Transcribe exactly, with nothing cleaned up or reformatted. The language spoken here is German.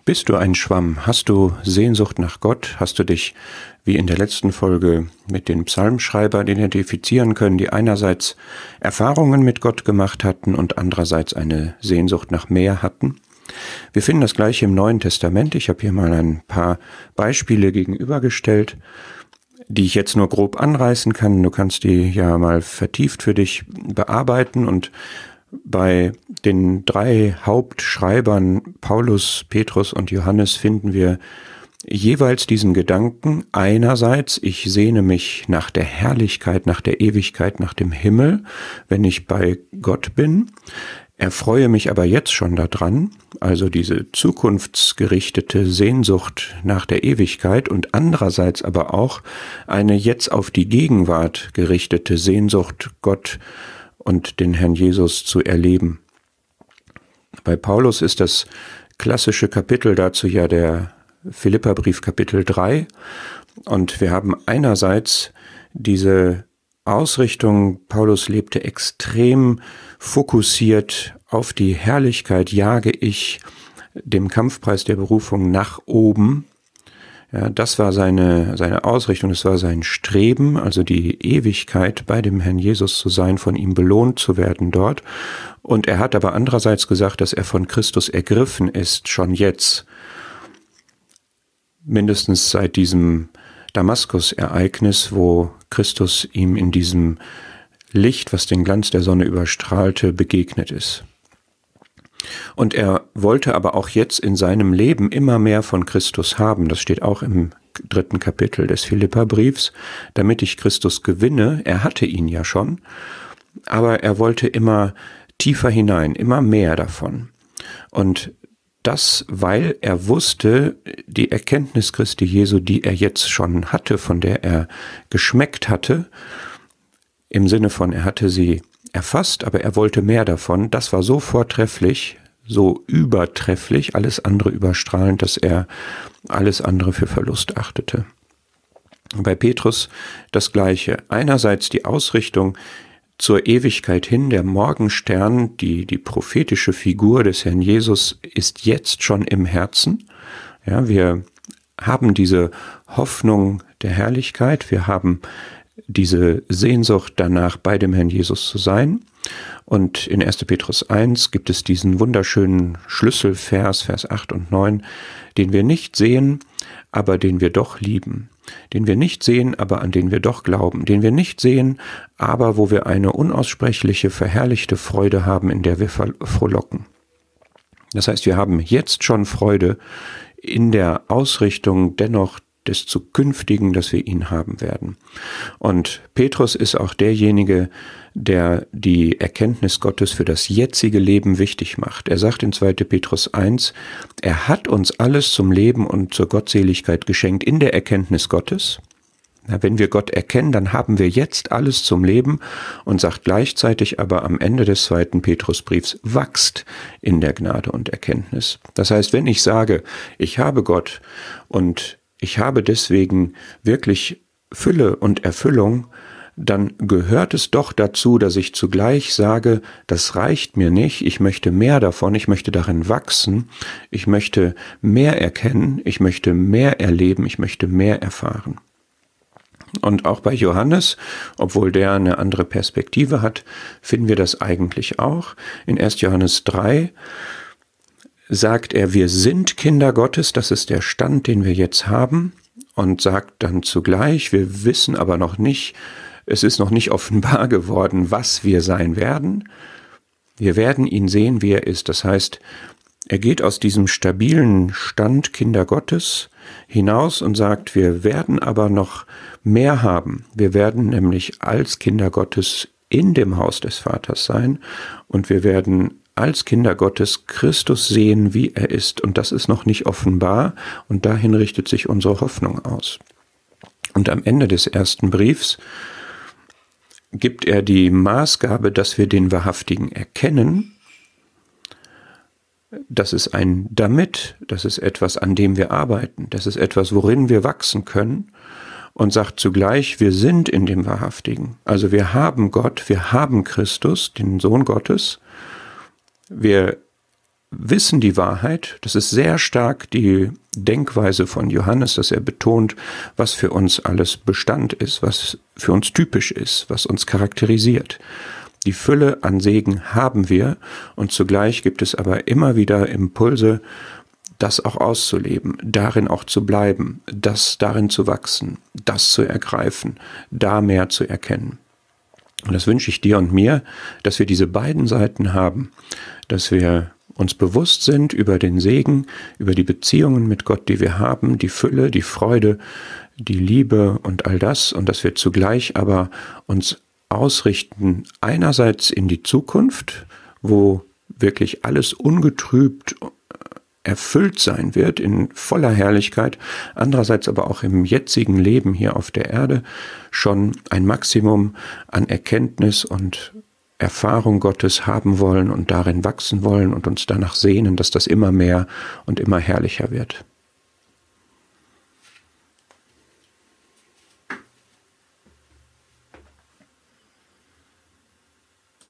Bist du ein Schwamm? Hast du Sehnsucht nach Gott? Hast du dich, wie in der letzten Folge, mit den Psalmschreibern identifizieren können, die einerseits Erfahrungen mit Gott gemacht hatten und andererseits eine Sehnsucht nach mehr hatten? Wir finden das Gleiche im Neuen Testament. Ich habe hier mal ein paar Beispiele gegenübergestellt, die ich jetzt nur grob anreißen kann. Du kannst die ja mal vertieft für dich bearbeiten, und bei den drei Hauptschreibern Paulus, Petrus und Johannes finden wir jeweils diesen Gedanken: einerseits, ich sehne mich nach der Herrlichkeit, nach der Ewigkeit, nach dem Himmel, wenn ich bei Gott bin, erfreue mich aber jetzt schon daran, also diese zukunftsgerichtete Sehnsucht nach der Ewigkeit, und andererseits aber auch eine jetzt auf die Gegenwart gerichtete Sehnsucht, Gott und den Herrn Jesus zu erleben. Bei Paulus ist das klassische Kapitel dazu ja der Philipperbrief Kapitel drei, und wir haben einerseits diese Ausrichtung: Paulus lebte extrem fokussiert auf die Herrlichkeit, jage ich dem Kampfpreis der Berufung nach oben. Ja, das war seine, seine Ausrichtung, das war sein Streben, also die Ewigkeit bei dem Herrn Jesus zu sein, von ihm belohnt zu werden dort. Und er hat aber andererseits gesagt, dass er von Christus ergriffen ist, schon jetzt, mindestens seit diesem Damaskus-Ereignis, wo Christus ihm in diesem Licht, was den Glanz der Sonne überstrahlte, begegnet ist. Und er wollte aber auch jetzt in seinem Leben immer mehr von Christus haben. Das steht auch im dritten Kapitel des Philipperbriefs. Damit ich Christus gewinne, er hatte ihn ja schon, aber er wollte immer tiefer hinein, immer mehr davon. Und das, weil er wusste, die Erkenntnis Christi Jesu, die er jetzt schon hatte, von der er geschmeckt hatte, im Sinne von, er hatte sie erfasst, aber er wollte mehr davon, das war so vortrefflich, so übertrefflich, alles andere überstrahlend, dass er alles andere für Verlust achtete. Bei Petrus das Gleiche. Einerseits die Ausrichtung zur Ewigkeit hin, der Morgenstern, die, die prophetische Figur des Herrn Jesus ist jetzt schon im Herzen. Ja, wir haben diese Hoffnung der Herrlichkeit, wir haben diese Sehnsucht danach, bei dem Herrn Jesus zu sein. Und in erster Petrus eins gibt es diesen wunderschönen Schlüsselvers, Vers acht und neun, den wir nicht sehen, aber den wir doch lieben. Den wir nicht sehen, aber an den wir doch glauben. Den wir nicht sehen, aber wo wir eine unaussprechliche, verherrlichte Freude haben, in der wir frohlocken. Das heißt, wir haben jetzt schon Freude in der Ausrichtung dennoch des Zukünftigen, dass wir ihn haben werden. Und Petrus ist auch derjenige, der die Erkenntnis Gottes für das jetzige Leben wichtig macht. Er sagt in zweiter Petrus eins, er hat uns alles zum Leben und zur Gottseligkeit geschenkt in der Erkenntnis Gottes. Na, wenn wir Gott erkennen, dann haben wir jetzt alles zum Leben, und sagt gleichzeitig aber am Ende des zweiten Petrusbriefs, wachst in der Gnade und Erkenntnis. Das heißt, wenn ich sage, ich habe Gott und ich habe deswegen wirklich Fülle und Erfüllung, dann gehört es doch dazu, dass ich zugleich sage, das reicht mir nicht, ich möchte mehr davon, ich möchte darin wachsen, ich möchte mehr erkennen, ich möchte mehr erleben, ich möchte mehr erfahren. Und auch bei Johannes, obwohl der eine andere Perspektive hat, finden wir das eigentlich auch. In erster Johannes drei sagt er, wir sind Kinder Gottes, das ist der Stand, den wir jetzt haben, und sagt dann zugleich, wir wissen aber noch nicht, es ist noch nicht offenbar geworden, was wir sein werden. Wir werden ihn sehen, wie er ist. Das heißt, er geht aus diesem stabilen Stand Kinder Gottes hinaus und sagt, wir werden aber noch mehr haben. Wir werden nämlich als Kinder Gottes in dem Haus des Vaters sein, und wir werden als Kinder Gottes Christus sehen, wie er ist. Und das ist noch nicht offenbar, und dahin richtet sich unsere Hoffnung aus. Und am Ende des ersten Briefs gibt er die Maßgabe, dass wir den Wahrhaftigen erkennen. Das ist ein Damit, das ist etwas, an dem wir arbeiten, das ist etwas, worin wir wachsen können, und sagt zugleich, wir sind in dem Wahrhaftigen. Also wir haben Gott, wir haben Christus, den Sohn Gottes. Wir wissen die Wahrheit. Das ist sehr stark die Denkweise von Johannes, dass er betont, was für uns alles Bestand ist, was für uns typisch ist, was uns charakterisiert. Die Fülle an Segen haben wir und zugleich gibt es aber immer wieder Impulse, das auch auszuleben, darin auch zu bleiben, das darin zu wachsen, das zu ergreifen, da mehr zu erkennen. Und das wünsche ich dir und mir, dass wir diese beiden Seiten haben, dass wir uns bewusst sind über den Segen, über die Beziehungen mit Gott, die wir haben, die Fülle, die Freude, die Liebe und all das, und dass wir zugleich aber uns ausrichten, einerseits in die Zukunft, wo wirklich alles ungetrübt erfüllt sein wird in voller Herrlichkeit, andererseits aber auch im jetzigen Leben hier auf der Erde schon ein Maximum an Erkenntnis und Erfahrung Gottes haben wollen und darin wachsen wollen und uns danach sehnen, dass das immer mehr und immer herrlicher wird.